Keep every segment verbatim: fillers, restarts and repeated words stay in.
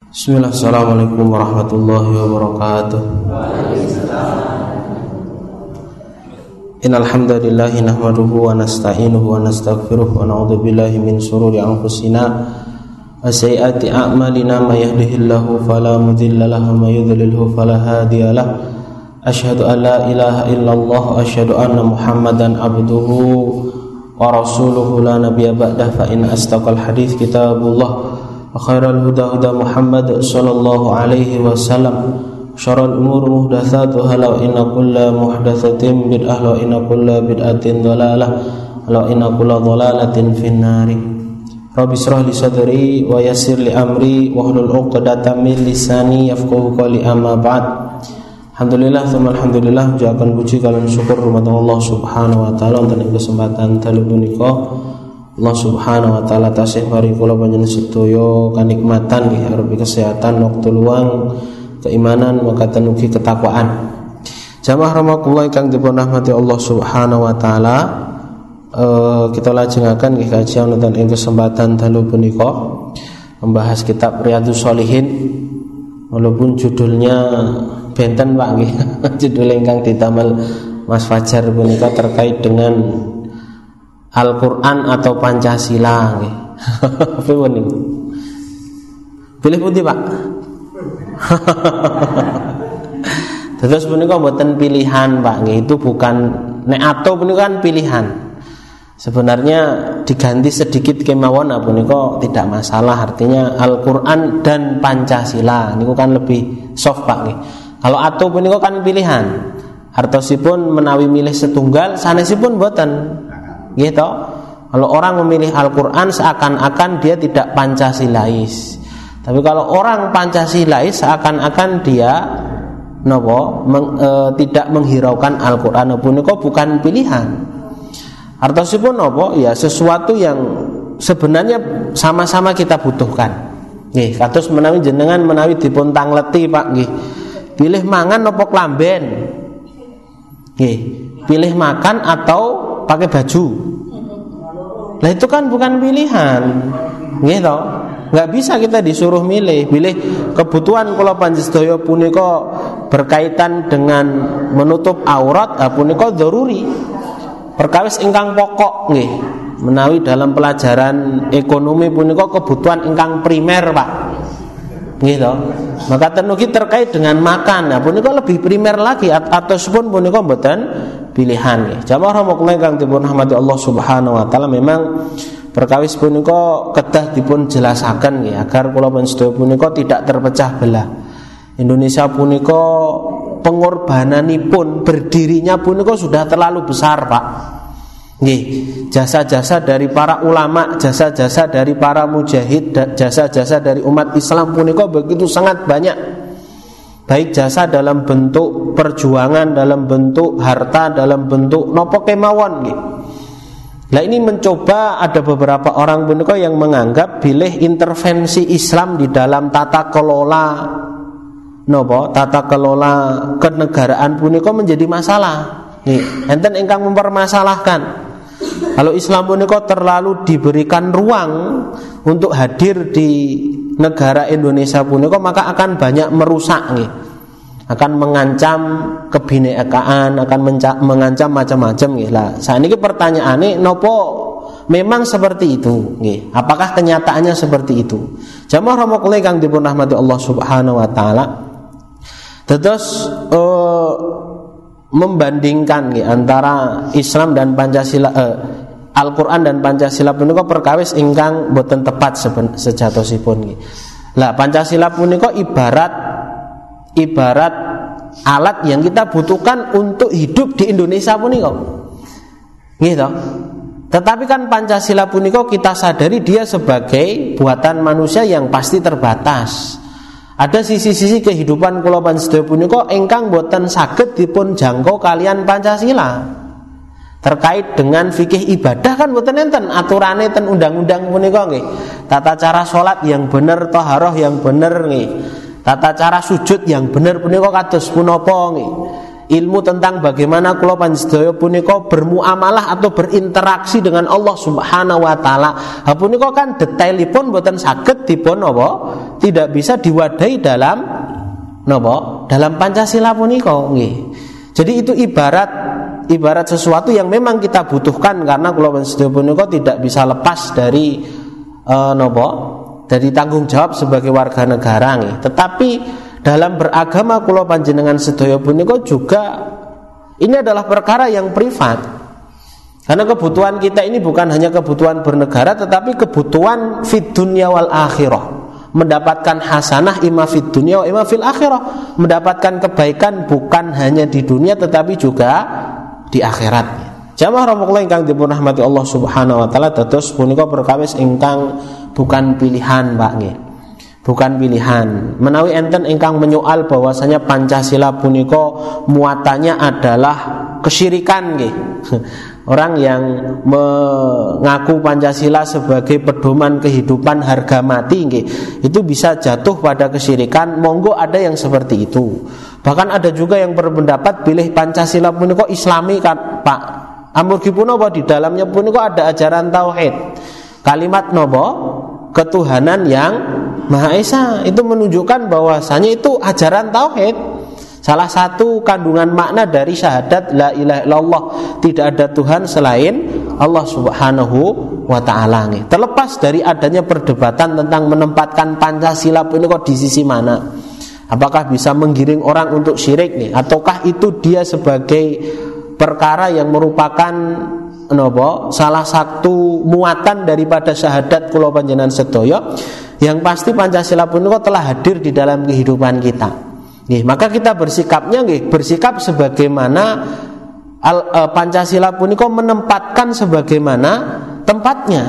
Bismillah, assalamualaikum warahmatullahi wabarakatuh. Innal hamdalillah nahmaduhu wa nasta'inuhu wa nastaghfiruh wa na'udzu billahi min shururi anfusina wa sayyiati a'malina may yahdihillahu fala mudilla lahu wa may yudlilhu fala hadiya lahu. Asyhadu an la ilaha illallah wa asyhadu anna Muhammadan abduhu wa rasuluhu la nabiyya ba'dah. Fa in astaqal hadits kitabullah wa khairal huda huda Muhammad sallallahu alaihi wasallam. Syarrul umur muhdatsatuha wa inna kulla muhdatsatin bid'ah wa inna kulla bid'atin dhalalah wa inna kulla dhalalatin finnari. Rabbi shrah li sadri wa yassir li amri wa hlul 'uqdatam min lisani yafqahu qawli, amma ba'd. Alhamdulillah, tsumma alhamdulillah, pujian puji kalian syukur dumateng Allah Subhanahu wa taala wonten ing kesempatan dalu punika. Allah Subhanahu wa taala tasih paring kula panjenengan sedaya kanikmatan nggih arupi kesehatan, waktu luang, keimanan, makatan ugi ketakwaan. Jamaah rahimakumullah ingkang dipun rahmati Allah Subhanahu wa taala, e, kita lajengaken nggih kajian wonten ing kesempatan dalu punika membahas kitab Riyadhus Shalihin. Walaupun judulnya benten Pak nggih. Judul ingkang didamel Mas Fajar punika terkait dengan Al-Quran atau Pancasila nggih. Pripun niku? Pilih putih Pak. Terus punika mboten pilihan Pak nggih, itu bukan nek atau punika kan pilihan. Sebenarnya diganti sedikit kemawon punika tidak masalah, artinya Al-Quran dan Pancasila niku kan lebih soft Pak nggih. Kalau atau punika kan pilihan. Hartosipun menawi milih setunggal sanesipun mboten. Gitu. Kalau orang memilih Al-Quran seakan-akan dia tidak Pancasilais. Tapi kalau orang Pancasilais seakan-akan dia nopo meng, e, tidak menghiraukan Al-Quran. Punika bukan pilihan. Artosipun nopo ya sesuatu yang sebenarnya sama-sama kita butuhkan. Nggih, kados menawi jenengan menawi dipun tangleti Pak nggih. Pilih mangan nopo klamben. Nggih, pilih makan atau pakai baju. Lah itu kan bukan pilihan. Gitu. Enggak bisa kita disuruh milih. Pilih kebutuhan kula panjenengan punika berkaitan dengan menutup aurat, punika dzaruri. Perkawis ingkang pokok nggih. Menawi dalam pelajaran ekonomi punika kebutuhan ingkang primer, Pak. Gitu. Maka tenugi terkait dengan makan, nah punika lebih primer lagi atau pun punika mboten pilihan nggih. Jamaah rahimakumullah kang dipun rahmati Allah Subhanahu wa taala, memang perkawis punika kedah dipun jelasaken nggih agar kula panjenengan punika tidak terpecah belah. Indonesia punika pengorbananipun berdirinya punika sudah terlalu besar, Pak. Nggih, jasa-jasa dari para ulama, jasa-jasa dari para mujahid, jasa-jasa dari umat Islam punika begitu sangat banyak. Baik jasa dalam bentuk perjuangan, dalam bentuk harta, dalam bentuk nopo kemawon nggih. Nah ini mencoba ada beberapa orang punika yang menganggap bilih intervensi Islam di dalam tata kelola nopo, tata kelola kenegaraan punika menjadi masalah. Nggih, enten ingkang mempermasalahkan. Kalau Islam punika terlalu diberikan ruang untuk hadir di negara Indonesia punika, maka akan banyak merusak nggih. Akan mengancam kebinekaan, akan menca- mengancam macam-macam nggih. Lah, saniki pertanyaane nopo memang seperti itu nggih? Apakah kenyataannya seperti itu? Jamaah rahimakumullah kang dipun rahmati Allah Subhanahu wa taala. Terus uh, membandingkan nggih antara Islam dan Pancasila, eh, Al-Quran dan Pancasila punika perkawis ingkang boten tepat sejatosipun nggih. Lah Pancasila punika ibarat ibarat alat yang kita butuhkan untuk hidup di Indonesia punika. Nggih to. Tetapi kan Pancasila punika kita sadari dia sebagai buatan manusia yang pasti terbatas. Ada sisi-sisi kehidupan kula panjenengan punika ingkang boten saged dipun jangkau kalian Pancasila. Terkait dengan fikih ibadah kan boten enten aturane ten undang-undang punika nggih. Tata cara salat yang bener, thaharah yang bener nggih. Tata cara sujud yang bener punika kados punapa nggih. Ilmu tentang bagaimana kula panjenengan punika bermuamalah atau berinteraksi dengan Allah Subhanahu wa taala. Ha punika kan detailipun boten saged dipun apa? tidak bisa diwadahi dalam napa? Dalam Pancasila punika nggih. Jadi itu ibarat ibarat sesuatu yang memang kita butuhkan karena kula sedaya punika tidak bisa lepas dari uh, napa? Dari tanggung jawab sebagai warga negara nggih. Tetapi dalam beragama kula panjenengan sedaya punika juga ini adalah perkara yang privat. Karena kebutuhan kita ini bukan hanya kebutuhan bernegara, tetapi kebutuhan fid dunya wal akhirah. Mendapatkan hasanah imma fid dunya wa imma fil akhirah. Mendapatkan kebaikan bukan hanya di dunia tetapi juga di akhirat. Jamaah rahmatullah ingkang dipun rahmati Allah Subhanahu wa taala, dados punika perkawis ingkang bukan pilihan, Pak nggih. Bukan pilihan. Menawi enten ingkang menyoal bahwasanya Pancasila punika muatannya adalah kesyirikan nggih. Orang yang mengaku Pancasila sebagai pedoman kehidupan harga mati nggih, itu bisa jatuh pada kesyirikan. Monggo ada yang seperti itu. Bahkan ada juga yang berpendapat bilih Pancasila punika Islami kan, Pak. Amargi punapa di dalamnya punika ada ajaran tauhid. Kalimat napa? Ketuhanan yang Maha Esa. Itu menunjukkan bahwasanya itu ajaran tauhid. Salah satu kandungan makna dari syahadat la ilaha illallah, tidak ada Tuhan selain Allah Subhanahu wa taala. Terlepas dari adanya perdebatan tentang menempatkan Pancasila punika di sisi mana, apakah bisa menggiring orang untuk syirik nih, ataukah itu dia sebagai perkara yang merupakan napa salah satu muatan daripada syahadat kula panjenengan sedaya. Yang pasti Pancasila punika telah hadir di dalam kehidupan kita. Nih, maka kita bersikapnya nih, bersikap sebagaimana al, e, Pancasila punika menempatkan sebagaimana tempatnya.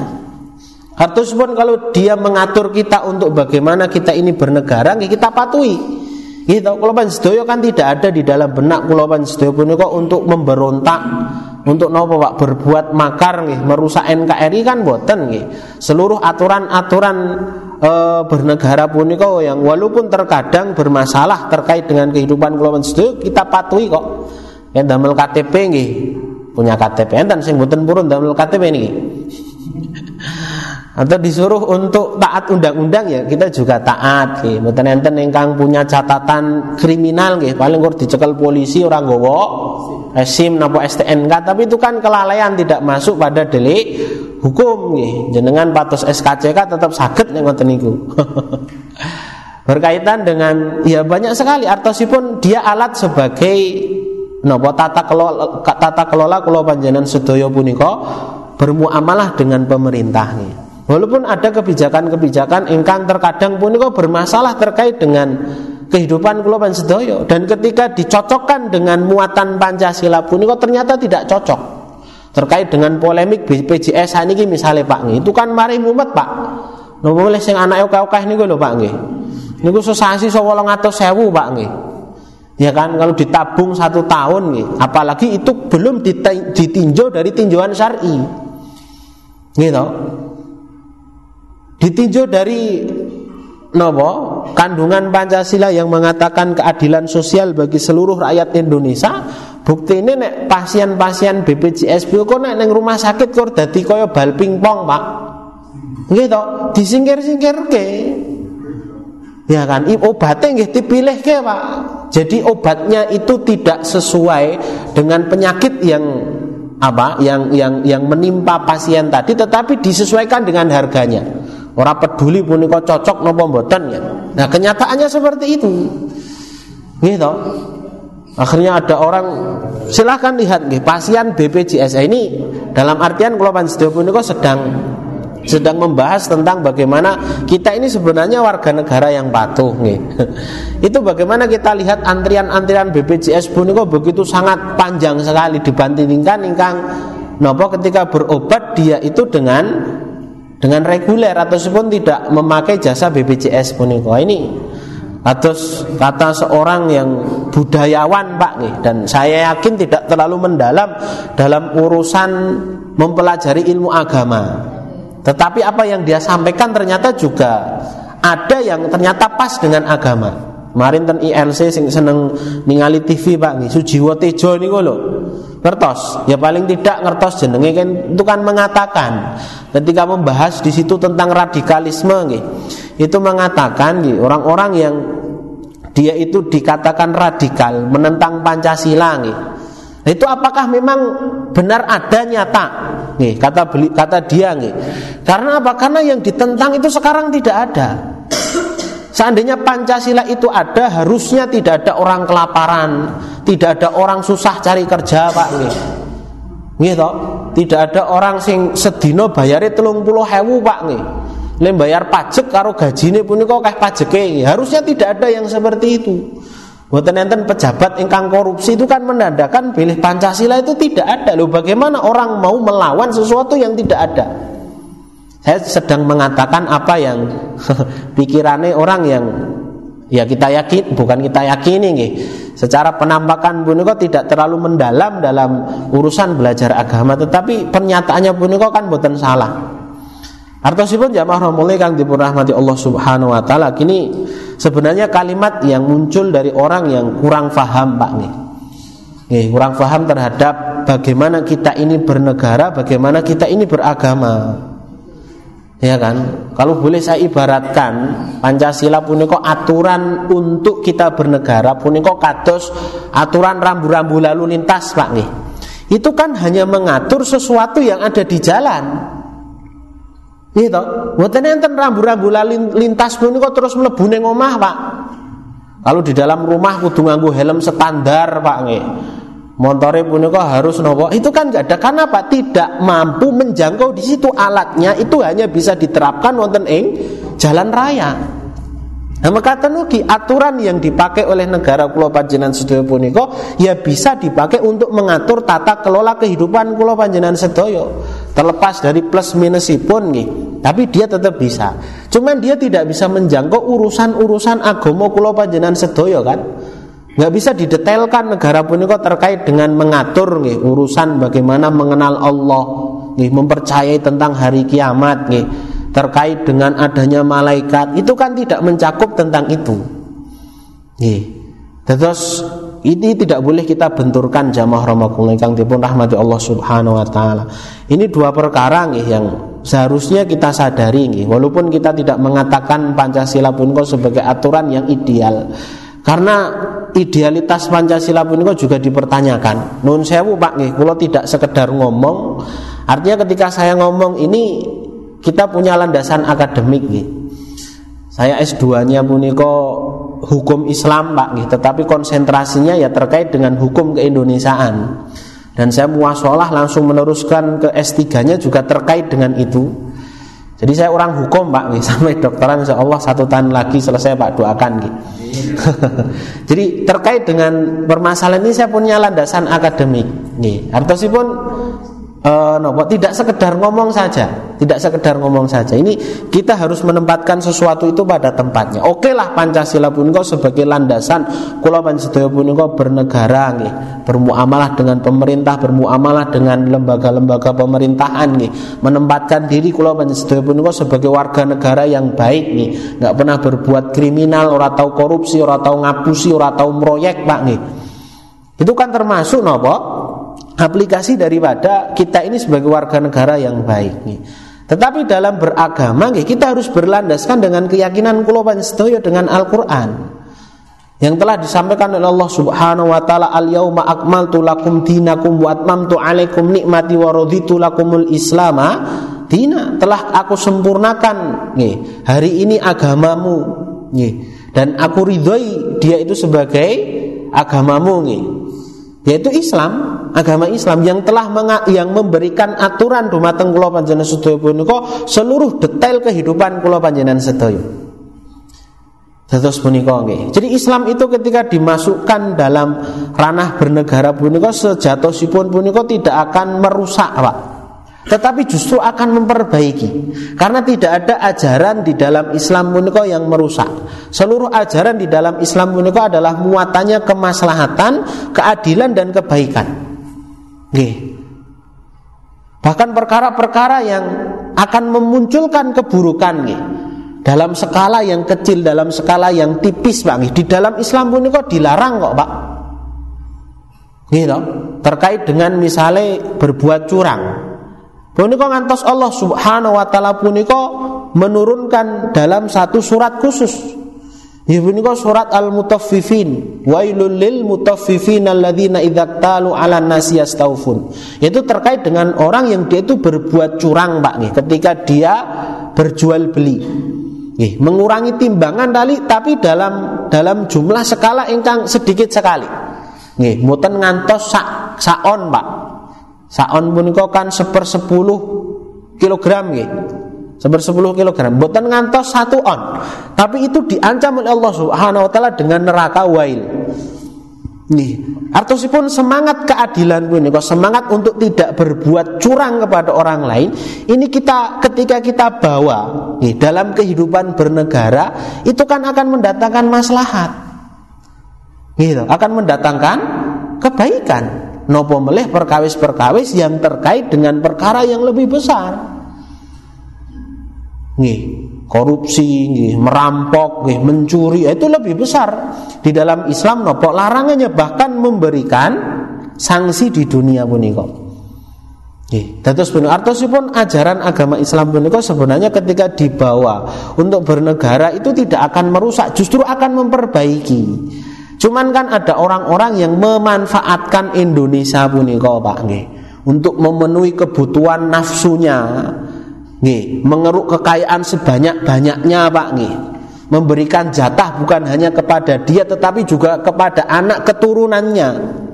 Artinya kalau dia mengatur kita untuk bagaimana kita ini bernegara, nih, kita patuhi. Gitu, kula panjenengan kan tidak ada di dalam benak kula panjenengan punika untuk memberontak, untuk napa Pak, berbuat makar nih, merusak N K R I kan boten nih. Seluruh aturan-aturan E, bernegara punika yang walaupun terkadang bermasalah terkait dengan kehidupan kula panjenengan kita patuhi kok. Yen damel K T P nggih, punya K T P enten sing mboten purun damel K T P niki. Atau disuruh untuk taat undang-undang ya kita juga taat nggih. Mboten enten ingkang punya catatan kriminal nggih, paling kur dicekel polisi ora nggawa SIM napa S T N K, tapi itu kan kelalaian tidak masuk pada delik hukum nggih. Jenengan patos S K C K tetap saged nek ngoten niku. Berkaitan dengan ya banyak sekali artosipun dia alat sebagai napa tata kelola tata kelola kula panjenengan sedaya punika bermuamalah dengan pemerintah nih. Walaupun ada kebijakan-kebijakan ingkang terkadang punika bermasalah terkait dengan kehidupan kula panjenengan sedaya, dan ketika dicocokkan dengan muatan Pancasila punika ternyata tidak cocok. Terkait dengan polemik B P J S niki misalnya Pak nggih, itu kan mari mumet Pak. Napa oleh sing anake akeh-akeh niku lho Pak nggih. Niku sesasi wolung atus ewu Pak nggih. Ya kan kalau ditabung satu tahun nggih, apalagi itu belum ditinjau dari tinjauan syar'i. Gitu. Ditinjau dari napa? Kandungan Pancasila yang mengatakan keadilan sosial bagi seluruh rakyat Indonesia. Bukti ini nek pasien-pasien B P J S kok nek ning rumah sakit kok dadi kaya bal pingpong, Pak. Nggih to, disingkir-singkirke. Ya kan, obatnya nggih dipilihke, Pak. Jadi obatnya itu tidak sesuai dengan penyakit yang apa? Yang yang yang menimpa pasien tadi, tetapi disesuaikan dengan harganya. Ora peduli punika cocok napa mboten ya. Nah, kenyataannya seperti itu. Nggih to. Akhirnya ada orang, silahkan lihat nggih, pasien B P J S ini dalam artian kula panjenengan punika sedang sedang membahas tentang bagaimana kita ini sebenarnya warga negara yang patuh nggih. Itu bagaimana kita lihat antrian-antrian B P J S punika begitu sangat panjang sekali dibandingkan ingkang napa ketika berobat dia itu dengan dengan reguler ataupun tidak memakai jasa B P J S punika. Ini atas kata seorang yang budayawan Pak nih, dan saya yakin tidak terlalu mendalam dalam urusan mempelajari ilmu agama. Tetapi apa yang dia sampaikan ternyata juga ada yang ternyata pas dengan agama. Kemarin ten I L C sing seneng ningali T V Pak nih, Sujiwo Tejo niku lho. Ngertos, ya paling tidak ngertos jenenge kan itu kan mengatakan ketika membahas di situ tentang radikalisme nggih. itu mengatakan nggih, orang-orang yang dia itu dikatakan radikal, menentang Pancasila nggih. Itu apakah memang benar ada nyata? Nggih, kata beli, kata dia nggih. Karena apa? Karena yang ditentang itu sekarang tidak ada. Seandainya Pancasila itu ada, harusnya tidak ada orang kelaparan, tidak ada orang susah cari kerja, Pak nggih. Nggih toh? Tidak ada orang sing sedina bayare telung puluh ewu, Pak nggih. Lem bayar pajak karo gajine punika akeh pajeke. Harusnya tidak ada yang seperti itu. Mboten enten pejabat ingkang korupsi itu kan menandakan pilih Pancasila itu tidak ada. Loh, bagaimana orang mau melawan sesuatu yang tidak ada? Saya sedang mengatakan apa yang pikirannya orang yang ya kita yakin, bukan kita yakini nggih. Secara penampakan punika tidak terlalu mendalam dalam urusan belajar agama, tetapi pernyataannya punika kan mboten salah. Artosipun jamaah rahimahullah kang dipun rahmati Allah Subhanahu wa taala, kini sebenarnya kalimat yang muncul dari orang yang kurang paham, Pak nih. Nih, kurang paham terhadap bagaimana kita ini bernegara, bagaimana kita ini beragama. Ya kan? Kalau boleh saya ibaratkan, Pancasila punika aturan untuk kita bernegara punika kados aturan rambu-rambu lalu lintas, Pak nih. Itu kan hanya mengatur sesuatu yang ada di jalan. Gitu, mboten enten rambu-rambu lalu lintas punika terus mlebu ning omah, Pak. Kalau di dalam rumah kudu nganggo helm standar, Pak nggih. Montore punika harus nopo? Itu kan enggak ada, karena Pak tidak mampu menjangkau di situ, alatnya itu hanya bisa diterapkan wonten ing jalan raya. Nah, mekaten ugi aturan yang dipakai oleh negara kula panjenengan sedaya punika ya bisa dipakai untuk mengatur tata kelola kehidupan kula panjenengan sedaya. Terlepas dari plus minusipun nggih, tapi dia tetap bisa. Cuman dia tidak bisa menjangkau urusan-urusan agama kula panjenengan sedaya kan. Enggak bisa didetailkan negara punika terkait dengan mengatur nggih urusan bagaimana mengenal Allah, nggih mempercayai tentang hari kiamat nggih, terkait dengan adanya malaikat, itu kan tidak mencakup tentang itu. Nggih. Terus ini tidak boleh kita benturkan jamaah rahmatullah kang dipun rahmati Allah Subhanahu wa taala. Ini dua perkara nggih yang seharusnya kita sadari nggih, walaupun kita tidak mengatakan Pancasila punika sebagai aturan yang ideal. Karena idealitas Pancasila punika juga dipertanyakan. Nuwun sewu Pak nggih, kula tidak sekedar ngomong. Artinya ketika saya ngomong ini kita punya landasan akademik nggih. Saya S dua-nya punika hukum Islam, Pak nggih, tetapi konsentrasinya ya terkait dengan hukum keindonesiaan. Dan saya muwasalah langsung meneruskan ke S tiga-nya juga terkait dengan itu. Jadi saya orang hukum, Pak nggih, sampai doktoran insyaallah satu tahun lagi selesai, Pak, doakan nggih. Jadi terkait dengan permasalahan ini saya punya landasan akademik nggih. Artosipun Uh, no, tidak sekedar ngomong saja, tidak sekedar ngomong saja. Ini kita harus menempatkan sesuatu itu pada tempatnya. Oke lah Pancasila punika sebagai landasan kula panjenengan punika bernegara nggih, bermuamalah dengan pemerintah, bermuamalah dengan lembaga-lembaga pemerintahan nggih, menempatkan diri kula panjenengan punika sebagai warga negara yang baik nggih, enggak pernah berbuat kriminal, ora tau korupsi, ora tau ngapusi, ora tau meroyek, Pak nggih. Itu kan termasuk napa? Aplikasi daripada kita ini sebagai warga negara yang baik nih. Tetapi dalam beragama nih, kita harus berlandaskan dengan keyakinan kula panjenengan dengan Al-Qur'an yang telah disampaikan oleh Allah Subhanahu wa taala, al-yauma akmaltu lakum dinakum wa atmamtu alaikum nikmati wa raditu lakumul islama dina. Telah aku sempurnakan nih hari ini agamamu nih, dan aku ridhoi dia itu sebagai agamamu nih, yaitu Islam, agama Islam yang telah menga- yang memberikan aturan dumateng kula panjenengan sedaya punika seluruh detail kehidupan kula panjenengan sedaya. Dados punika nggih. Jadi Islam itu ketika dimasukkan dalam ranah bernegara punika sejatosipun punika tidak akan merusak, Pak. Tetapi justru akan memperbaiki. Karena tidak ada ajaran di dalam Islam punika yang merusak. Seluruh ajaran di dalam Islam punika adalah muatannya kemaslahatan, keadilan dan kebaikan. Nggih. Bahkan perkara-perkara yang akan memunculkan keburukan nggih, dalam skala yang kecil, dalam skala yang tipis, Pak nggih, di dalam Islam punika dilarang kok, Pak. Nggih to? Terkait dengan misalnya berbuat curang. Punika ngantos Allah Subhanahu wa taala punika menurunkan dalam satu surat khusus. Ya punika surat Al-Mutaffifin, wailul lil mutaffifin alladzina idza talu 'alan nasi yastawfun. Itu terkait dengan orang yang dia itu berbuat curang, Pak nggih, ketika dia berjual beli. Nggih, mengurangi timbangan tadi tapi dalam dalam jumlah skala ingkang sedikit sekali. Nggih, mboten ngantos sak saon, Pak. Saon punika kan sepersepuluh kilogram nggih. Sepersepuluh kilogram, mboten ngantos satu on. Tapi itu diancam oleh Allah Subhanahu wa taala dengan neraka wail. Nih, artosipun semangat keadilan punika, semangat untuk tidak berbuat curang kepada orang lain. Ini kita ketika kita bawa nih, dalam kehidupan bernegara, itu kan akan mendatangkan maslahat. Gitu, akan mendatangkan kebaikan. Nopo melih perkawis-perkawis yang terkait dengan perkara yang lebih besar. Nggih, korupsi, nggih, merampok, nggih, mencuri, itu lebih besar. Di dalam Islam nopo larangannya bahkan memberikan sanksi di dunia punika. Nggih, dados bener artosipun ajaran agama Islam punika sebenarnya ketika dibawa untuk bernegara itu tidak akan merusak, justru akan memperbaiki. Cuman kan ada orang-orang yang memanfaatkan Indonesia punika, Pak nggih, untuk memenuhi kebutuhan nafsunya. Nggih, mengeruk kekayaan sebanyak-banyaknya, Pak nggih. Memberikan jatah bukan hanya kepada dia tetapi juga kepada anak keturunannya.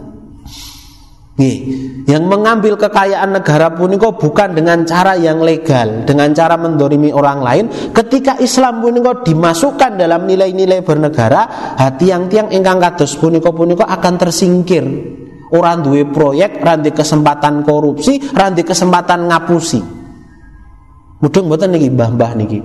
Nggih, yang mengambil kekayaan negara punika bukan dengan cara yang legal, dengan cara mendolimi orang lain. Ketika Islam punika dimasukkan dalam nilai-nilai bernegara, hati yang tiang ingkang kados punika punika akan tersingkir. Ora duwe proyek, ora duwe kesempatan korupsi, ora duwe kesempatan ngapusi. Mudeng mboten niki mbah-mbah niki.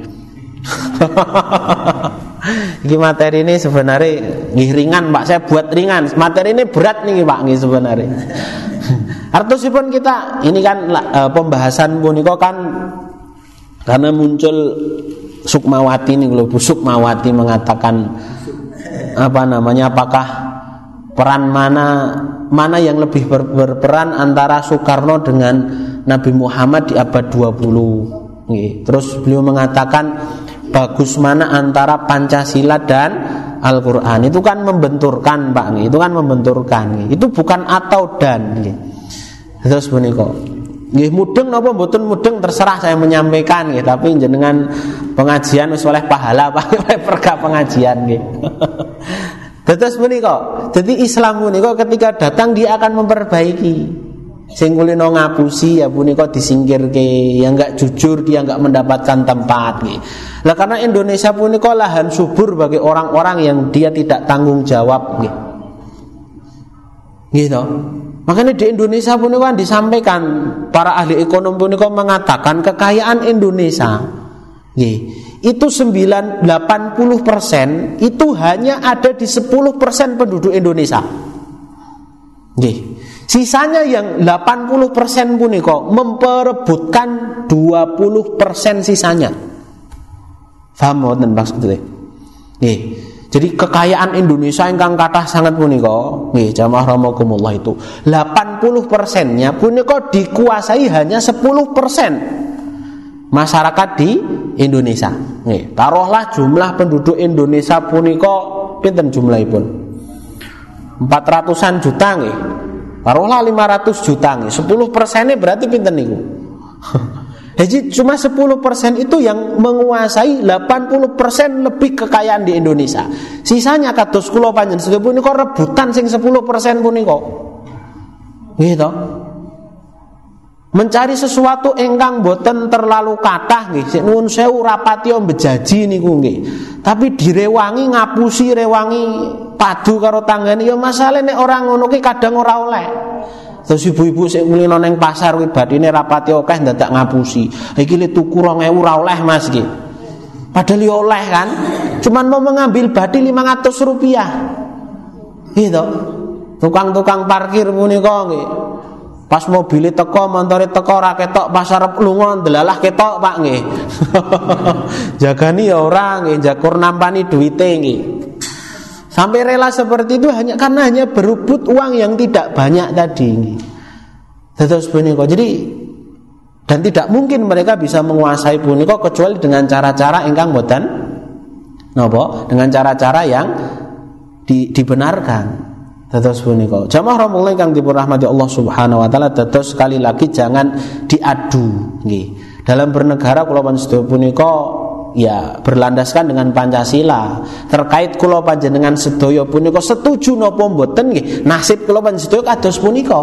Iki materi ini sebenarnya nggih ringan, Pak. Saya buat ringan. Materi ini berat niki, Pak, nggih sebenarnya. Artosipun kita ini kan uh, pembahasan punika kan karena muncul Sukmawati nih, lho Bu Sukmawati mengatakan apa namanya, apakah peran mana mana yang lebih ber, berperan antara Soekarno dengan Nabi Muhammad di abad dua puluh. Terus beliau mengatakan bagus mana antara Pancasila dan Al-Quran. Itu kan membenturkan, Pak. Itu kan membenturkan. Itu bukan atau dan. Terus menika, nggih mudeng napa mboten mudeng terserah saya menyampaikan nggih, tapi jenengan pengajian wis oleh pahala, Pak, oleh perkah pengajian nggih. Terus menika, jadi Islam menika ketika datang dia akan memperbaiki. Sing kulino ngapusi ya punika disingkirke, yang enggak jujur dia enggak mendapatkan tempat nggih. Lah karena Indonesia punika lahan subur bagi orang-orang yang dia tidak tanggung jawab nggih. Gitu. Makanya di Indonesia punika disampaikan para ahli ekonomi punika mengatakan kekayaan Indonesia nggih, itu sembilan delapan puluh persen itu hanya ada di sepuluh persen penduduk Indonesia. Nggih. Sisanya yang delapan puluh persen punika memperebutkan dua puluh persen sisanya. Paham mboten maksudnya? Nggih. Jadi kekayaan Indonesia ingkang kathah sangat punika, nggih jamaah rahimakumullah, itu delapan puluh persennya punika dikuasai hanya sepuluh persen masyarakat di Indonesia. Nggih, taruhlah jumlah penduduk Indonesia punika pinten jumlahipun? empat ratusan juta nggih. Taruhlah lima ratus juta nih, sepuluh persennya berarti pinten niku? Jadi cuma sepuluh persen itu yang menguasai delapan puluh persen lebih kekayaan di Indonesia. Sisanya kados kula panjenengan punika rebutan sing sepuluh persen punika. Gitu. Mencari sesuatu ingkang boten terlalu kathah nggih. Sik nuwun sewu rapatya bejaji niku nggih. Tapi direwangi ngapusi rewangi padu karo tanggane ya masalahe nek ora ngono ki kadang ora oleh. Terus ibu-ibu sik mulino ning pasar kuwi bathine rapati akeh dadak ngapusi. Iki le tuku dua ribu ora oleh Mas iki. Padahal ya oleh kan. Cuman mau mengambil bathi lima ratus rupiah. Gitu. Tukang-tukang parkir punika nggih. Pas mobile teko, montore teko ora ketok pas arep lunga ndelalah ketok, Pak nggih. Jagani ya ora nggih, jakur nampani duwite nggih. Sampai rela seperti itu hanya karena hanya berebut uang yang tidak banyak tadi. Terus punika. Jadi Dan tidak mungkin mereka bisa menguasai punika kecuali dengan cara-cara ingkang boten napa? Dengan cara-cara yang di, dibenarkan. Dados punika. Jamaah rahmatullah ingkang dipun rahmati Allah Subhanahu wa taala, dados sekali lagi jangan diadu nggih. Dalam bernegara kula panjenengan punika ya berlandaskan dengan Pancasila. Terkait kula panjenengan sedaya punika setuju napa mboten nggih, nasib kula panjenengan sedaya kados punika.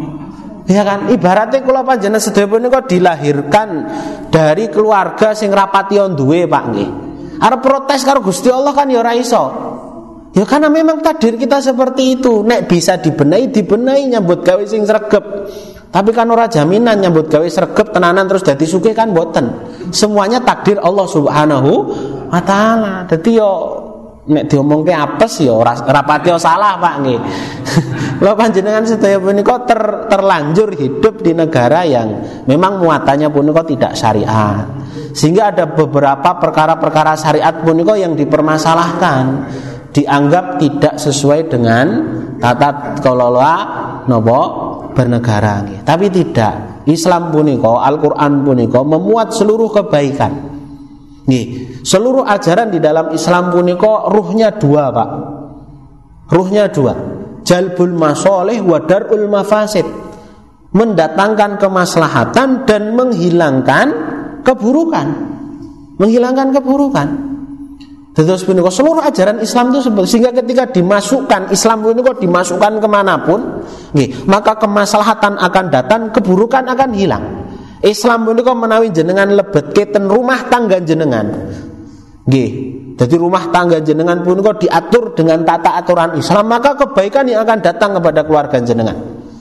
Ya kan, ibaratnya kula panjenengan sedaya punika dilahirkan dari keluarga sing rapati duwe Pak nggih. Arep protes karo Gusti Allah kan ya ora iso. Ya karena memang takdir kita seperti itu. Nek bisa dibenahi, dibenahi nyambut gawe sing sregep. Tapi kan ora jaminan nyambut gawe sregep tenanan terus dadi sugih kan mboten. Semuanya takdir Allah Subhanahu wa taala. Dadi yo nek diomongke apes yo ora rapati salah Pak nggih. Lha panjenengan sedaya punika ter, terlanjur hidup di negara yang memang muatannya punika tidak syariat. Sehingga ada beberapa perkara-perkara syariat punika yang dipermasalahkan, dianggap tidak sesuai dengan tata kelola napa bernegara nggih. Tapi tidak. Islam punika, Al-Qur'an punika memuat seluruh kebaikan. Nggih. Seluruh ajaran di dalam Islam punika ruhnya dua, Pak. Ruhnya dua. Jalbul masalih wa darul mafasid. Mendatangkan kemaslahatan dan menghilangkan keburukan. Menghilangkan keburukan. Terus punika seluruh ajaran Islam itu sehingga ketika dimasukkan Islam punika dimasukkan kemanapun, nggih, maka kemaslahatan akan datang, keburukan akan hilang. Islam punika menawi jenengan lebetke ten rumah tangga jenengan, nggih. Jadi rumah tangga jenengan punika diatur dengan tata aturan Islam, maka kebaikan yang akan datang kepada keluarga jenengan.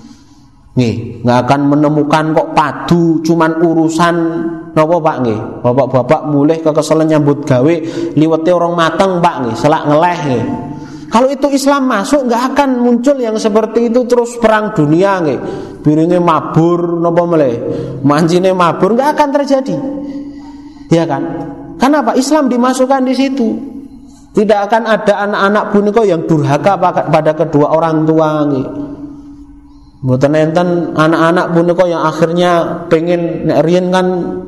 Nggih, nggak akan menemukan kok padu cuman urusan napa Pak nggih. Bapak-bapak mulih kekeselen nyambut gawe liwete orang mateng Pak nggih, selak ngeleh nggih. Kalau itu Islam masuk nggak akan muncul yang seperti itu terus perang dunia nggih. Piringe mabur napa meleh, mancine mabur, nggak akan terjadi. Ya kan? Kenapa? Islam dimasukkan di situ. Tidak akan ada anak-anak punika yang durhaka pada kedua orang tua nggih. Mboten enten anak-anak punika yang akhirnya pengen nek riyen kan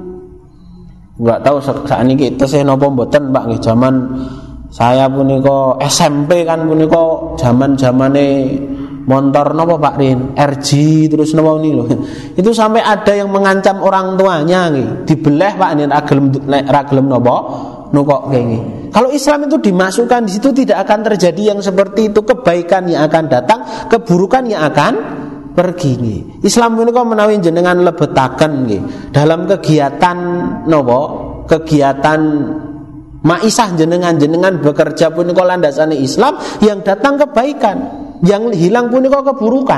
enggak tahu sakniki tesih napa mboten Pak nggih, zaman saya punika S M P kan punika zaman-zamane motor napa Pak Rin, R G terus napa ini lho. Itu sampai ada yang mengancam orang tuanya nggih, dibeleh Pak nek ra gelem nek ra gelem napa nukokke nggih. Kalau Islam itu dimasukkan di situ tidak akan terjadi yang seperti itu, kebaikan yang akan datang, keburukan yang akan pergi nggih. Islam menika menawi jenengan lebetaken nggih dalam kegiatan napa? Kegiatan maisah jenengan jenengan bekerja punika landasane Islam, yang datang kebaikan, yang hilang punika keburukan.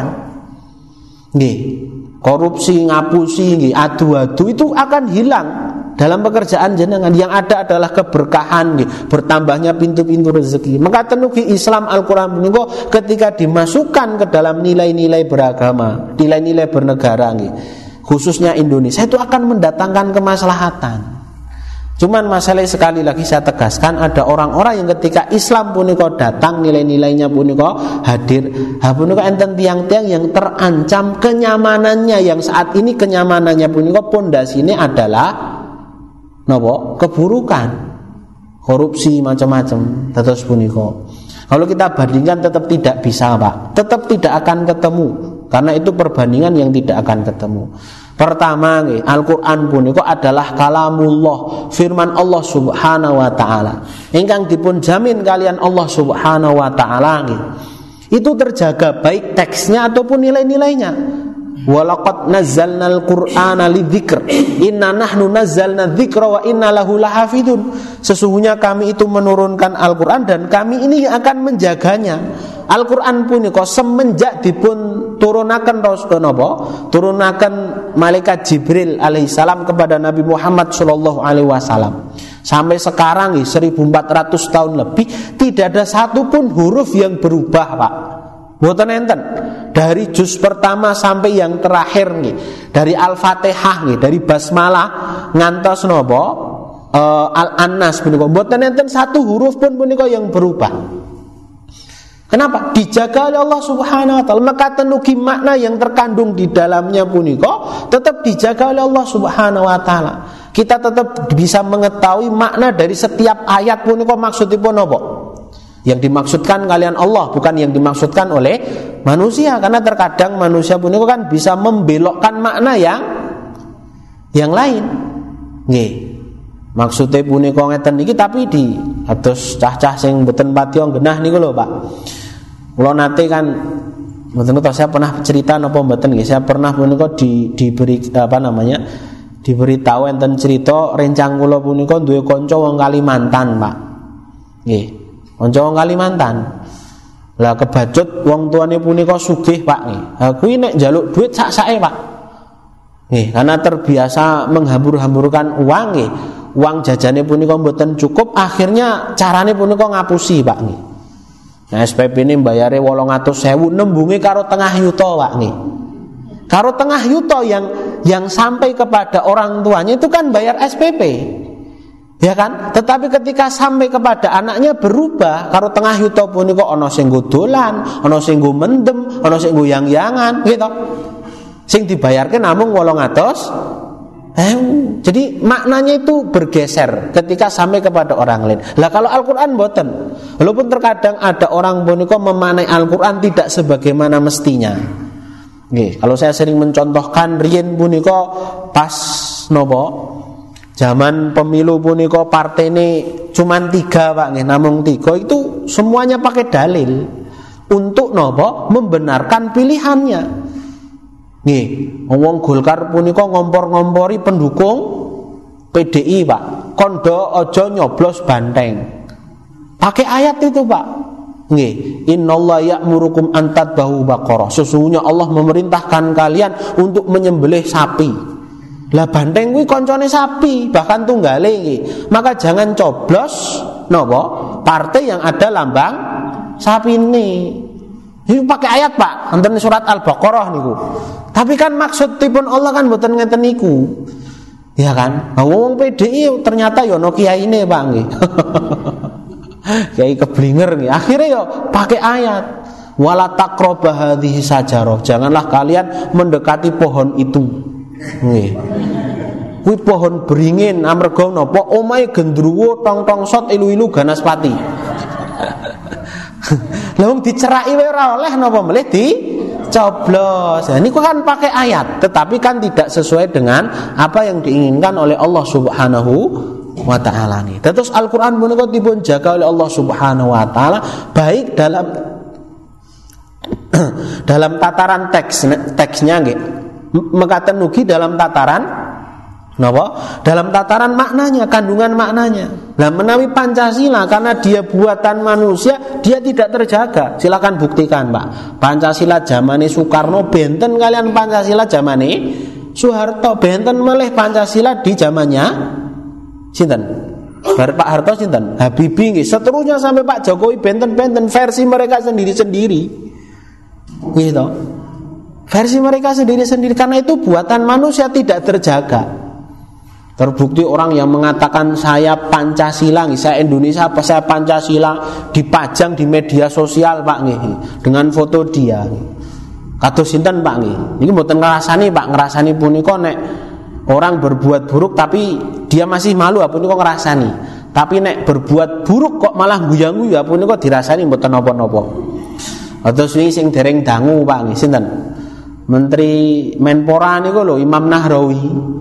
Nggih. Korupsi, ngapusi nggih, adu-adu itu akan hilang dalam pekerjaan jenengan. Yang ada adalah keberkahan nggih, bertambahnya pintu-pintu rezeki. Maka tenugi Islam Al-Qur'an menika ketika dimasukkan ke dalam nilai-nilai beragama, nilai-nilai bernegara nggih, khususnya Indonesia, itu akan mendatangkan kemaslahatan. Cuman masalah sekali lagi saya tegaskan, ada orang-orang yang ketika Islam punika datang, nilai-nilainya punika hadir, ha punika enten tiang-tiang yang terancam kenyamanannya, yang saat ini kenyamanannya punika pondasine adalah napa? Keburukan, korupsi macam-macam. Terus punika kalau kita bandingkan tetap tidak bisa Pak, tetap tidak akan ketemu, karena itu perbandingan yang tidak akan ketemu. Pertama nggih, Al-Qur'an punika adalah kalamullah, firman Allah Subhanahu wa taala. Ingkang dipun jamin kalian Allah Subhanahu wa taala nggih. Itu terjaga baik teksnya ataupun nilai-nilainya. Walaqad nazzalnal Qur'ana lidzikr. Inna nahnu nazzalna dzikra wa inna lahu lahafidun. Sesungguhnya kami itu menurunkan Al-Qur'an dan kami ini yang akan menjaganya. Al-Qur'an punika semenjak dipun turunaken Rasul napa? Turunaken malaikat Jibril alaihissalam kepada Nabi Muhammad sallallahu alaihi wasallam. Sampai sekarang nih seribu empat ratus tahun lebih tidak ada satupun huruf yang berubah, Pak. Mboten enten. Dari juz pertama sampai yang terakhir nih, dari Al-Fatihah nih, dari basmalah ngantos napa? Uh, Al-Annas punika mboten enten satu huruf pun punika yang berubah. Kenapa? Dijaga oleh Allah Subhanahu wa taala. Maka tenugi makna yang terkandung di dalamnya puniko tetap dijaga oleh Allah Subhanahu wa taala. Kita tetap bisa mengetahui makna dari setiap ayat puniko maksudipun apa? Yang dimaksudkan kalian Allah, bukan yang dimaksudkan oleh manusia. Karena terkadang manusia puniko kan bisa membelokkan makna yang yang lain. Nggih. Maksudnya punika ngeten iki tapi di atus cah-cah sing mboten pati genah niku lho, Pak. Kula nate kan mboten tahu saya pernah cerita napa mboten nggih. Saya pernah punika di diberi apa namanya? Diberitahu enten cerita rencang kula punika duwe kanca wong Kalimantan, Pak. Nggih. Kanca wong Kalimantan. Lah kebacut wong tuane punika sugih, Pak nggih. Ha kuwi nek njaluk duit sak-sake, Pak. Nggih, karena terbiasa menghambur-hamburkan uang nggih. Uang jajane punika mboten cukup, akhirnya carane punika ngapusi, Pak nggih. Nah, S P P ini mbayare wolong atus sewu nembunge karo tengah yuta, Pak nggih. Karo tengah yuta yang yang sampai kepada orang tuanya itu kan bayar S P P. Ya kan? Tetapi ketika sampai kepada anaknya berubah, karo tengah yuta punika ana sing nggo dolan, ana sing nggo mendem, ana sing nggo yang-yangan, gitu. Sing dibayarke namung wolong atus Eh, jadi maknanya itu bergeser ketika sampai kepada orang lain. Lah kalau Al-Quran boten, walaupun terkadang ada orang punika memaknai Al-Quran tidak sebagaimana mestinya. Nggih, kalau saya sering mencontohkan riyen punika pas nopo zaman pemilu punika partene cuman tiga, Pak nggih, namung tiga itu semuanya pakai dalil untuk nopo membenarkan pilihannya. Nggih, wong Golkar punika ngompor-ngompori pendukung P D I, Pak. Kondo aja nyoblos banteng. Pakai ayat itu, Pak. Nggih, innallaha ya'murukum an tadbahu baqarah. Sesungguhnya Allah memerintahkan kalian untuk menyembelih sapi. Lah banteng kuwi koncone sapi, bahkan tunggale nggih. Maka jangan coblos napa? Partai yang ada lambang sapi ini. Ini pakai ayat, Pak, wonten surat Al-Baqarah niku. Tapi kan maksudipun Allah kan mboten ngeten niku. Ya kan? Nah, wong P D I ternyata ya ono kiyaine, Pak nggih. Kiai keblinger nggih. Akhirnya ya pakai ayat. Wala taqraba hadhihi sajarah. Janganlah kalian mendekati pohon itu. Nggih. Kuwi pohon beringin amarga napa? Omahe gendruwo tong-tong sot ilu-ilu ganaspati. Lah wong diceraki wae ora oleh napa melih di coblos. Nah, niku kan pakai ayat, tetapi kan tidak sesuai dengan apa yang diinginkan oleh Allah Subhanahu wa taala nih. Terus Al-Qur'an punika dipun jaga oleh Allah Subhanahu wa taala baik dalam dalam tataran teks teksnya nggih. Mekaten ugi dalam tataran napa? Dalam tataran maknanya, kandungan maknanya. Lah menawi Pancasila karena dia buatan manusia, dia tidak terjaga. Silakan buktikan, Pak. Pancasila zamane Soekarno benten kalian Pancasila zamane Soeharto, benten melih Pancasila di zamannya sinten? Pak Harto sinten? Habibie nggih. Seterusnya sampai Pak Jokowi benten-benten versi mereka sendiri-sendiri. Gitu. Versi mereka sendiri-sendiri karena itu buatan manusia tidak terjaga. Terbukti orang yang mengatakan saya Pancasila, saya Indonesia apa saya Pancasila dipajang di media sosial, Pak nggih, dengan foto dia. Kados sinten, Pak nggih? Niki mboten ngrasani, Pak, ngrasani punika nek orang berbuat buruk tapi dia masih malu apa punika ngrasani. Tapi nek berbuat buruk kok malah guyu-guyu apa punika dirasani mboten napa-napa. Kados wingi sing dereng dangu, Pak nggih, sinten? Menteri Menpora niku lho Imam Nahrawi.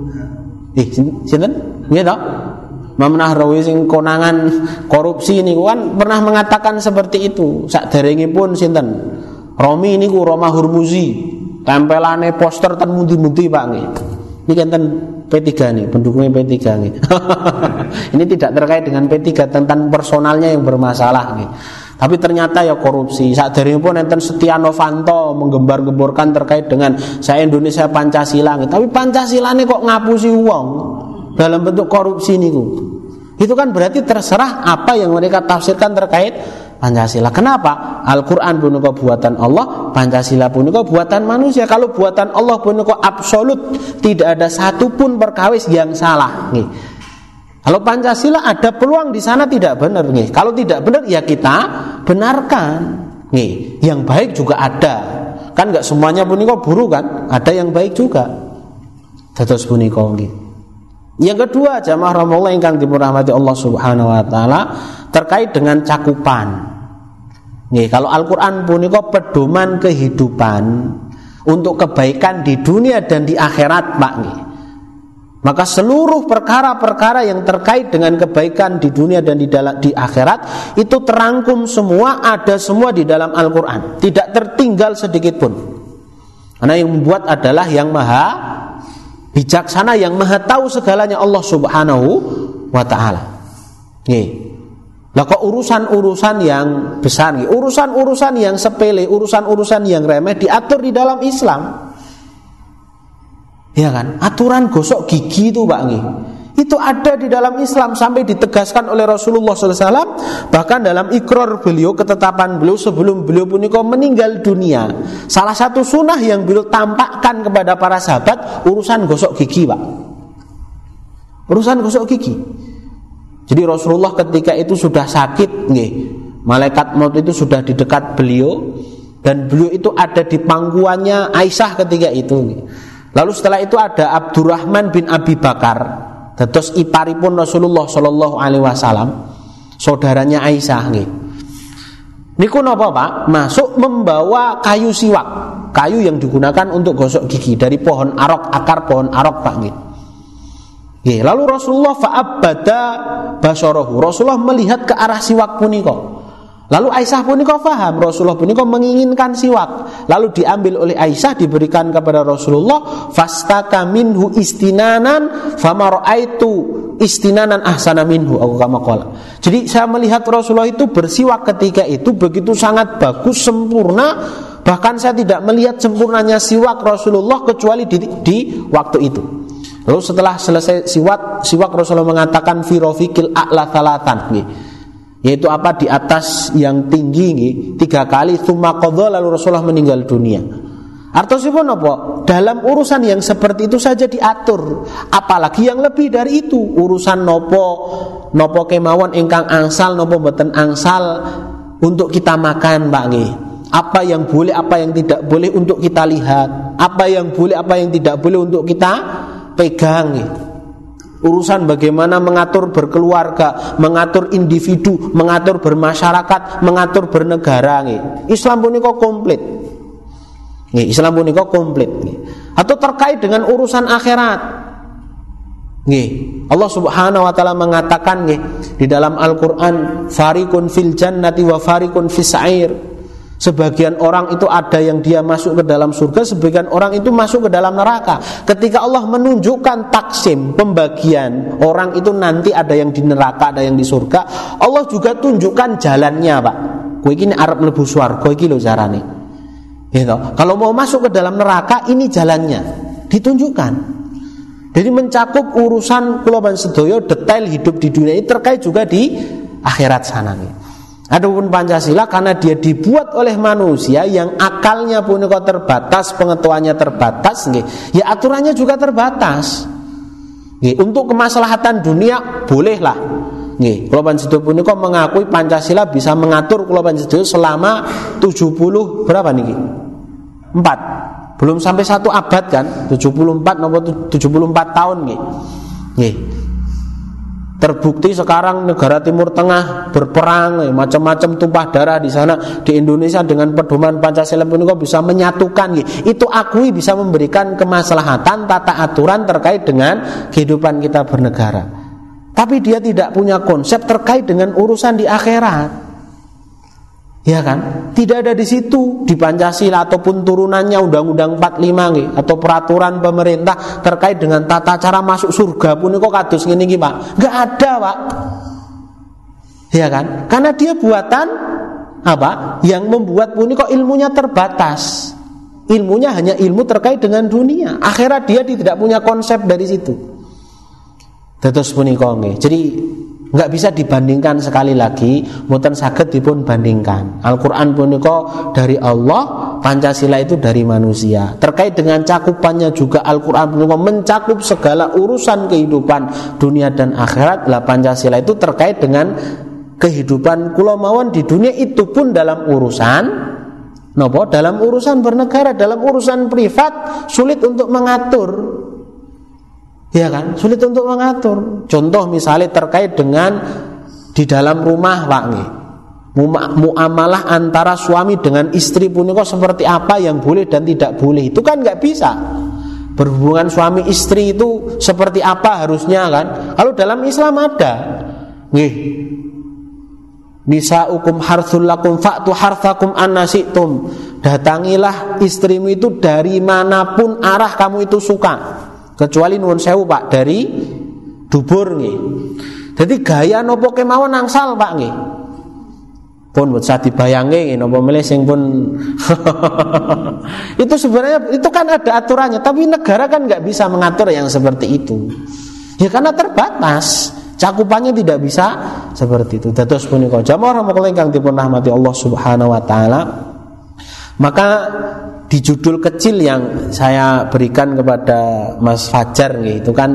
Eh, sinten? Nggih to? Imam Nahrawi sing konangan korupsi niku kan pernah mengatakan seperti itu. Saderengipun sinten? Romi niku Roma Hurmuzi, tempelane poster ten mundi-mundi, Pak nggih. Niki enten P tiga nih, pendukungnya P tiga nih. Ini tidak terkait dengan P tiga tentang personalnya yang bermasalah nih. Tapi ternyata ya korupsi. Saderengipun enten Setia Novanto menggembar-gemborkan terkait dengan saya Indonesia Pancasila. Tapi Pancasila ini kok ngapusi uang dalam bentuk korupsi niku. Itu kan berarti terserah apa yang mereka tafsirkan terkait Pancasila. Kenapa? Al-Quran punika buatan Allah, Pancasila punika buatan manusia. Kalau buatan Allah punika absolut, tidak ada satupun perkawis yang salah. Nih. Kalau Pancasila ada peluang di sana tidak benar nih. Kalau tidak benar ya kita benarkan. Nih, yang baik juga ada. Kan enggak semuanya punika buruk kan? Ada yang baik juga. Dados punika nggih. Yang kedua, jamaah rahmatullah ingkang dirahmati Allah Subhanahu wa taala, terkait dengan cakupan. Nih, kalau Al-Qur'an punika pedoman kehidupan untuk kebaikan di dunia dan di akhirat, Pak nggih. Maka seluruh perkara-perkara yang terkait dengan kebaikan di dunia dan di dalam di akhirat itu terangkum semua, ada semua di dalam Al-Qur'an. Tidak tertinggal sedikit pun. Karena yang membuat adalah yang maha bijaksana, yang maha tahu segalanya, Allah Subhanahu wa taala. Nggih. Lah kok urusan-urusan yang besar nggih, urusan-urusan yang sepele, urusan-urusan yang remeh diatur di dalam Islam. Ya kan? Aturan gosok gigi itu Pak nggih, itu ada di dalam Islam sampai ditegaskan oleh Rasulullah sallallahu alaihi wasallam, bahkan dalam ikrar beliau, ketetapan beliau sebelum beliau punika meninggal dunia. Salah satu sunnah yang beliau tampakkan kepada para sahabat urusan gosok gigi, Pak. Urusan gosok gigi. Jadi Rasulullah ketika itu sudah sakit nggih. Malaikat maut itu sudah di dekat beliau dan beliau itu ada di pangkuannya Aisyah ketika itu nggih. Lalu setelah itu ada Abdurrahman bin Abi Bakar, dados iparipun Rasulullah sallallahu alaihi wasallam, saudaranya Aisyah nggih. Niku napa Pak? Masuk membawa kayu siwak, kayu yang digunakan untuk gosok gigi dari pohon arok, akar pohon arok Pak nggih. Nggih, lalu Rasulullah fa'abbada basarahu. Rasulullah melihat ke arah siwak punika. Lalu Aisyah punika faham Rasulullah punika menginginkan siwak. Lalu diambil oleh Aisyah, diberikan kepada Rasulullah. Fastaka minhu istinanan fama ra'aitu istinanan ahsana minhu, aku kama qala. Jadi saya melihat Rasulullah itu bersiwak ketika itu begitu sangat bagus, sempurna. Bahkan saya tidak melihat sempurnanya siwak Rasulullah kecuali di, di waktu itu. Lalu setelah selesai siwak, siwak Rasulullah mengatakan fi rafiqil a'la tsalatan nggih. Yaitu apa, di atas yang tinggi nggih, tiga kali. Tsumma qadha, lalu Rasulullah meninggal dunia. Artosipun apa? Dalam urusan yang seperti itu saja diatur, apalagi yang lebih dari itu. Urusan nopo nopo kemawon ingkang angsal, nopo mboten angsal untuk kita makan, Pak nggih. Apa yang boleh, apa yang tidak boleh untuk kita lihat, apa yang boleh, apa yang tidak boleh untuk kita pegang nggih. Urusan bagaimana mengatur berkeluarga, mengatur individu, mengatur bermasyarakat, mengatur bernegara nggih. Islam punika komplit. Nggih, Islam punika komplit nggih. Atau terkait dengan urusan akhirat. Nggih, Allah Subhanahu wa taala mengatakan nggih di dalam Al-Qur'an, fariqun fil jannati wa fariqun fis sa'ir. Sebagian orang itu ada yang dia masuk ke dalam surga, sebagian orang itu masuk ke dalam neraka. Ketika Allah menunjukkan taksim, pembagian orang itu nanti ada yang di neraka, ada yang di surga, Allah juga tunjukkan jalannya, Pak. Kowe iki nek arep mlebu swarga iki lho carane. Gitu. Kalau mau masuk ke dalam neraka, ini jalannya, ditunjukkan. Jadi mencakup urusan kula pan sedaya, detail hidup di dunia ini terkait juga di akhirat sana nih. Adapun Pancasila karena dia dibuat oleh manusia yang akalnya punika terbatas, pengetahuannya terbatas nggih, ya aturannya juga terbatas. Nggih, untuk kemaslahatan dunia bolehlah. Nggih, kula panjenengan punika mengakui Pancasila bisa mengatur kula panjenengan selama tujuh puluh berapa niki? empat. Belum sampai satu abad kan? tujuh puluh empat nomor tujuh puluh empat tahun nggih. Nggih. Terbukti sekarang negara Timur Tengah berperang, eh, macam-macam tumpah darah di sana. Di Indonesia dengan pedoman Pancasila punika bisa menyatukan, gitu. Itu akui bisa memberikan kemaslahatan tata aturan terkait dengan kehidupan kita bernegara. Tapi dia tidak punya konsep terkait dengan urusan di akhirat. Ya kan? Tidak ada di situ di Pancasila ataupun turunannya Undang-Undang empat puluh lima nggih, atau peraturan pemerintah terkait dengan tata cara masuk surga punika kados ngene iki, Pak. Enggak ada, Pak. Ya kan? Karena dia buatan apa? Yang membuat punika ilmunya terbatas. Ilmunya hanya ilmu terkait dengan dunia. Akhirat dia tidak punya konsep dari situ. Dados punika nggih. Jadi enggak bisa dibandingkan, sekali lagi mboten saged dipun bandingkan. Al-Qur'an punika dari Allah, Pancasila itu dari manusia. Terkait dengan cakupannya juga Al-Qur'an punika mencakup segala urusan kehidupan dunia dan akhirat. Lah Pancasila itu terkait dengan kehidupan kula mawon di dunia, itu pun dalam urusan Nopo dalam urusan bernegara, dalam urusan privat sulit untuk mengatur. Ya kan? Sulit untuk mengatur. Contoh misalnya terkait dengan di dalam rumah, Pak nggih. Muamalah antara suami dengan istri punika seperti apa yang boleh dan tidak boleh. Itu kan enggak bisa. Berhubungan suami istri itu seperti apa harusnya kan? Kalau dalam Islam ada. Nggih. Nisaukum harthul lakum fa'tu harthakum annasitum. Datangilah istrimu itu dari manapun arah kamu itu suka, kecuali nuwun sewu Pak dari dubur nggih. Jadi gaya nopo kemawon angsal Pak nggih. Pun bisa dibayangke nggih napa milih sing pun itu sebenarnya itu kan ada aturannya, tapi negara kan enggak bisa mengatur yang seperti itu. Ya karena terbatas. Cakupannya tidak bisa seperti itu. Dados punika jamaah rahmatullah ingkang dipun rahmati Allah Subhanahu wa taala. Maka di judul kecil yang saya berikan kepada Mas Fajar nggih, itu kan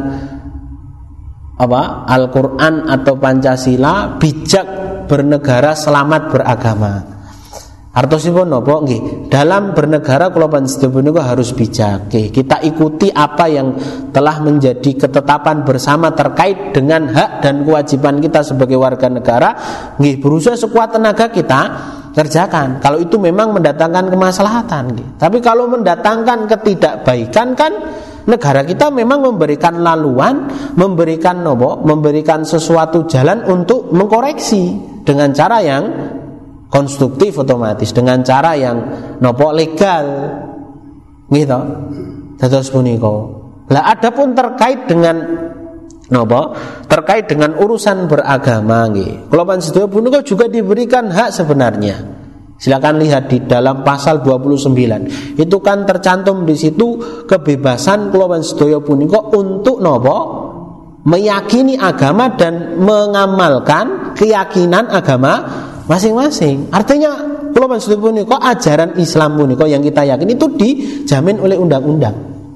apa? Al-Qur'an atau Pancasila, bijak bernegara, selamat beragama. Artosipun napa nggih? Dalam bernegara kula panjenengan punika harus bijak. Nggih, kita ikuti apa yang telah menjadi ketetapan bersama terkait dengan hak dan kewajiban kita sebagai warga negara. Nggih, berusaha sekuat tenaga kita kerjakan. Kalau itu memang mendatangkan kemaslahatan nggih. Tapi kalau mendatangkan ketidakbaikan kan negara kita memang memberikan laluan, memberikan napa? Memberikan sesuatu jalan untuk mengkoreksi dengan cara yang konstruktif otomatis, dengan cara yang nopo legal gitu. Dados punika. Lah adapun terkait dengan nopo? Terkait dengan urusan beragama nggih. Kula panjenengan punika juga diberikan hak sebenarnya. Silakan lihat di dalam pasal dua puluh sembilan. Itu kan tercantum di situ kebebasan kula panjenengan punika untuk nopo? Meyakini agama dan mengamalkan keyakinan agama masing-masing. Artinya kula panjenengan punika ajaran Islam punika yang kita yakini itu dijamin oleh undang-undang.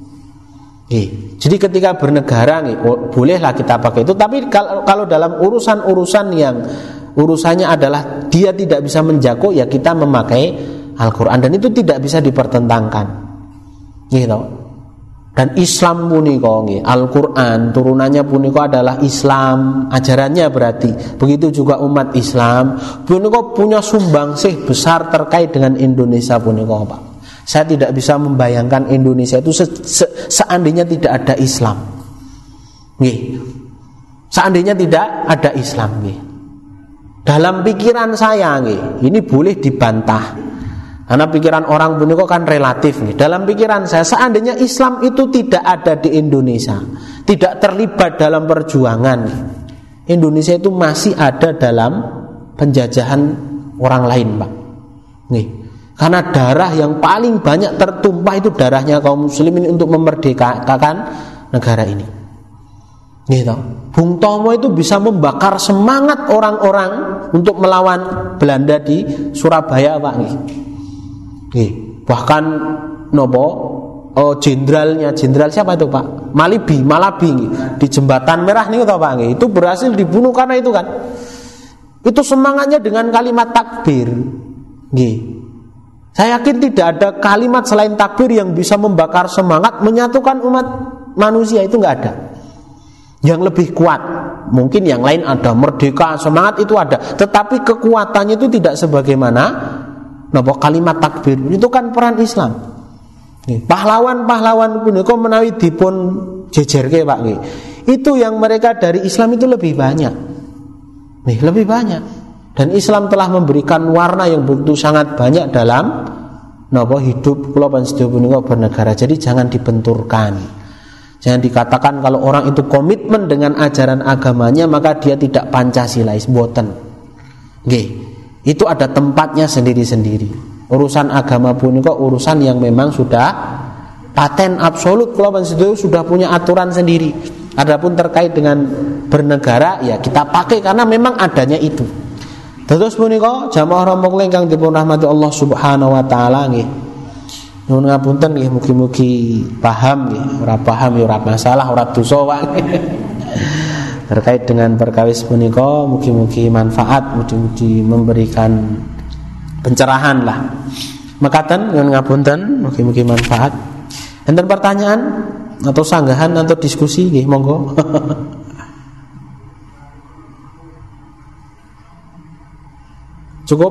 Nggih. Jadi ketika bernegara nggih bolehlah kita pakai itu, tapi kalau, kalau dalam urusan-urusan yang urusannya adalah dia tidak bisa menjago, ya kita memakai Al-Qur'an dan itu tidak bisa dipertentangkan. Gitu. Dan Islam punika nggih, Al-Qur'an turunannya punika adalah Islam, ajarannya berarti. Begitu juga umat Islam punika punya sumbangsih besar terkait dengan Indonesia punika, Pak. Saya tidak bisa membayangkan Indonesia itu se- se- seandainya tidak ada Islam. Nggih. Seandainya tidak ada Islam nggih. Dalam pikiran saya nggih, ini boleh dibantah. Karena pikiran orang punika kan relatif nih. Dalam pikiran saya, seandainya Islam itu tidak ada di Indonesia, tidak terlibat dalam perjuangan, Indonesia itu masih ada dalam penjajahan orang lain, Pak. Nih, karena darah yang paling banyak tertumpah itu darahnya kaum muslimin untuk memerdekakan negara ini. Gitu. Bung Tomo itu bisa membakar semangat orang-orang untuk melawan Belanda di Surabaya, Pak. Nih. Nih, bahkan nopo oh jenderalnya, jenderal siapa itu Pak? Malibi, Malabi nih, di Jembatan Merah nih toh Pak nih, itu berhasil dibunuh karena itu kan. Itu semangatnya dengan kalimat takbir. Nih. Saya yakin tidak ada kalimat selain takbir yang bisa membakar semangat menyatukan umat manusia, itu enggak ada. Yang lebih kuat, mungkin yang lain ada, merdeka, semangat itu ada, tetapi kekuatannya itu tidak sebagaimana napa kalimat takbir. Itu kan peran Islam. Nih, pahlawan-pahlawan punika menawi dipun jejerke Pak nggih. Itu yang mereka dari Islam itu lebih banyak. Nih, lebih banyak. Dan Islam telah memberikan warna yang begitu sangat banyak dalam napa hidup kula panjenengan punika bernegara. Jadi jangan dibenturkan. Jangan dikatakan kalau orang itu komitmen dengan ajaran agamanya maka dia tidak Pancasilais, mboten. Nggih. Itu ada tempatnya sendiri-sendiri. Urusan agama punika urusan yang memang sudah paten absolut, kula panjenengan sudah punya aturan sendiri. Adapun terkait dengan bernegara ya kita pakai karena memang adanya itu. Terus punika jamaah rahmatullah ingkang dipun rahmati Allah Subhanahu wa taala nggih. Nuwun ngapunten nggih, mugi-mugi paham nggih, ora paham ya ora masalah, ora dosa wae. Terkait dengan perkawis punika mugi-mugi manfaat, mugi-mugi memberikan pencerahan lah. Mekaten nyuwun ngapunten, mugi-mugi manfaat. Enten pertanyaan atau sanggahan atau diskusi nggih monggo. Cukup?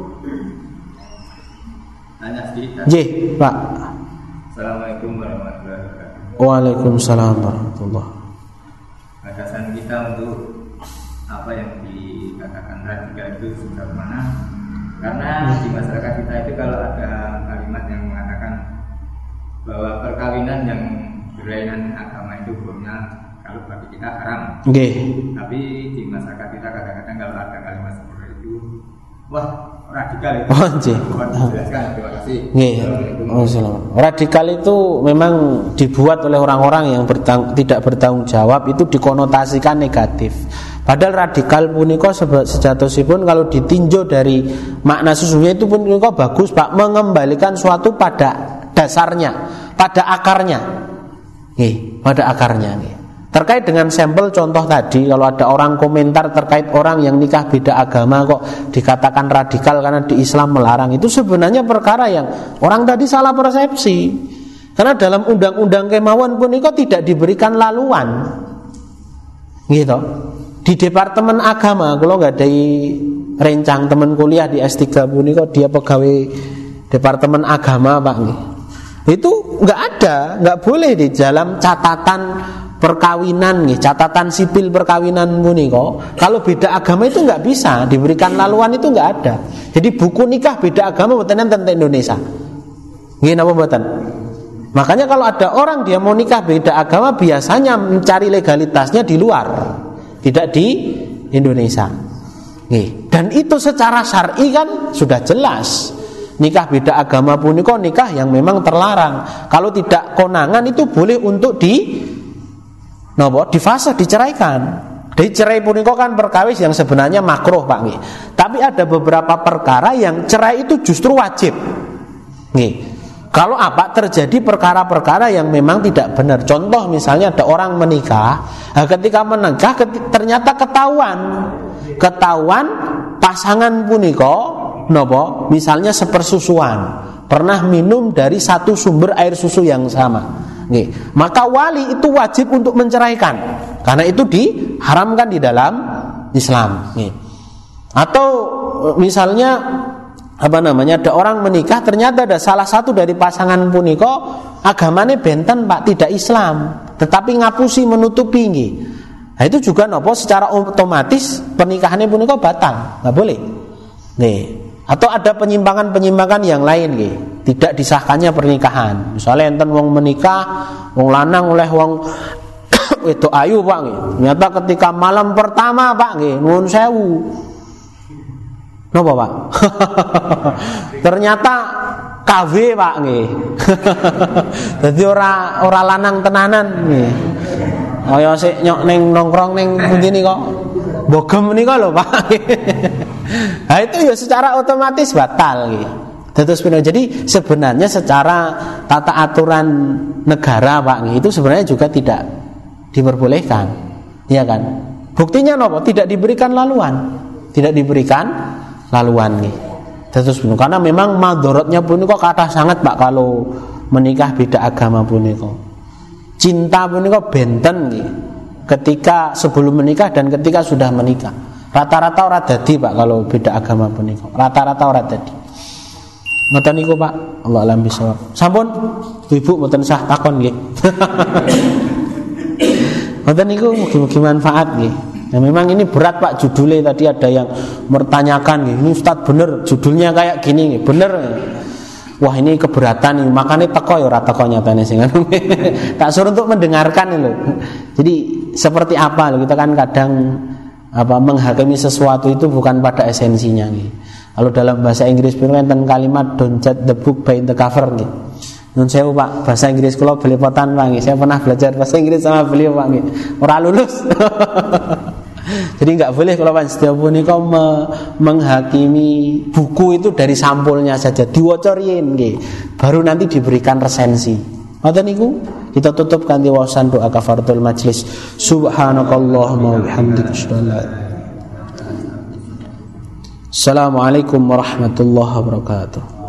Tanya sedikit. Nggih, Pak. Assalamualaikum warahmatullahi wabarakatuh. Waalaikumsalam warahmatullahi. Batasan kita untuk apa yang dikatakan radikal itu sudah mana? Karena di masyarakat kita itu kalau ada kalimat yang mengatakan bahwa perkawinan yang berlainan agama itu hukumnya kalau bagi kita haram. Nggih. Tapi di masyarakat kita kadang-kadang kalau ada kalimat seperti itu, wah radikal itu. Oh, nggih. Jelaskan, terima kasih. Nggih. Radikal itu memang dibuat oleh orang-orang yang bertang- tidak bertanggung jawab, itu dikonotasikan negatif. Padahal radikal punika sejatosipun kalau ditinjau dari makna sesungguhnya itu punika bagus, Pak, mengembalikan suatu pada dasarnya, pada akarnya. Nggih, pada akarnya nggih. Terkait dengan sampel contoh tadi, kalau ada orang komentar terkait orang yang nikah beda agama kok dikatakan radikal karena di Islam melarang, itu sebenarnya perkara yang orang tadi salah persepsi. Karena dalam undang-undang kemawon punika tidak diberikan laluan. Gitu. Di Departemen Agama, kalau nggak ada rencang teman kuliah di S tiga punika dia pegawai Departemen Agama, Pak. Itu nggak ada, nggak boleh di dalam catatan perkawinan nih, catatan sipil perkawinan punika. Kalau beda agama itu nggak bisa diberikan laluan, itu nggak ada. Jadi buku nikah beda agama mboten enten Indonesia. Nggih napa mboten? Makanya kalau ada orang dia mau nikah beda agama biasanya mencari legalitasnya di luar, tidak di Indonesia. Nggih. Dan itu secara syar'i kan sudah jelas. Nikah beda agama punika nikah yang memang terlarang. Kalau tidak konangan itu boleh untuk di napa? Difasah, diceraikan. Dicerai punika kan perkawis yang sebenarnya makruh, Pak nggih. Tapi ada beberapa perkara yang cerai itu justru wajib. Nggih. Kalau apa terjadi perkara-perkara yang memang tidak benar. Contoh misalnya ada orang menikah, nah ketika menikah ternyata ketahuan, ketahuan pasangan punika napa? Misalnya sepersusuan, pernah minum dari satu sumber air susu yang sama. Nggih. Maka wali itu wajib untuk menceraikan. Karena itu diharamkan di dalam Islam. Nggih. Atau misalnya apa namanya, ada orang menikah ternyata ada salah satu dari pasangan punika agamanya benten, Pak, tidak Islam, tetapi ngapusi menutupi nggih. Nah itu juga nopo secara otomatis pernikahannya punika batal, nggak boleh. Nih. Atau ada penyimpangan-penyimpangan yang lain nggih, tidak disahkannya pernikahan. Misalnya enten wong menikah, wong lanang oleh wong itu ayu, Pak nggih. Ternyata ketika malam pertama, Pak nggih, nuwun sewu. Napa, Pak? Ternyata K W, Pak nggih. Dadi ora ora lanang tenanan nggih. Kaya sik nyok ning nongkrong ning pundi kok. Bogem nika lho, Pak. Nah itu ya secara otomatis batal nggih. Terus jadi sebenarnya secara tata aturan negara, Pak nggih, itu sebenarnya juga tidak diperbolehkan. Iya kan? Buktinya napa? Tidak diberikan laluan. Tidak diberikan laluan nih. Terus karena memang madorotnya punika kathah sangat, Pak, kalau menikah beda agama punika. Cinta punika benten nggih. Ketika sebelum menikah dan ketika sudah menikah. Rata-rata ora dadi, Pak, kalau beda agama punika. Rata-rata ora dadi. Ngoten niku, Pak. Allah alam bisawab. Sampun, Ibu mboten sah takon nggih. Ngoten niku mugi-mugi manfaat nggih. Nah memang ini berat, Pak, judulnya tadi ada yang bertanyakan, ini Ustaz bener judulnya kayak gini, bener. Wah ini keberatan nih, makanya teko ya ora teko nyatane sing anu. Tak suruh untuk mendengarkan lho. Jadi seperti apa lho, kita kan kadang apa menghakimi sesuatu itu bukan pada esensinya nih. Kalau dalam bahasa Inggris pun enten kalimat don't judge the book by the cover nih. Nun sewu, Pak, bahasa Inggris kula belepotan, Pak nggih. Saya pernah belajar bahasa Inggris sama beliau, Pak nggih. Ora lulus. Jadi enggak boleh kalau panjenengan punika me- menghakimi buku itu dari sampulnya saja, diwaca riyin nggih. Baru nanti diberikan resensi. Ngoten niku. Kita tutup kanthi wawasan doa kafaratul majlis. Subhanakallahumma wa bihamdika asyhadu an la ilaha illa anta. Assalamualaikum warahmatullahi wabarakatuh.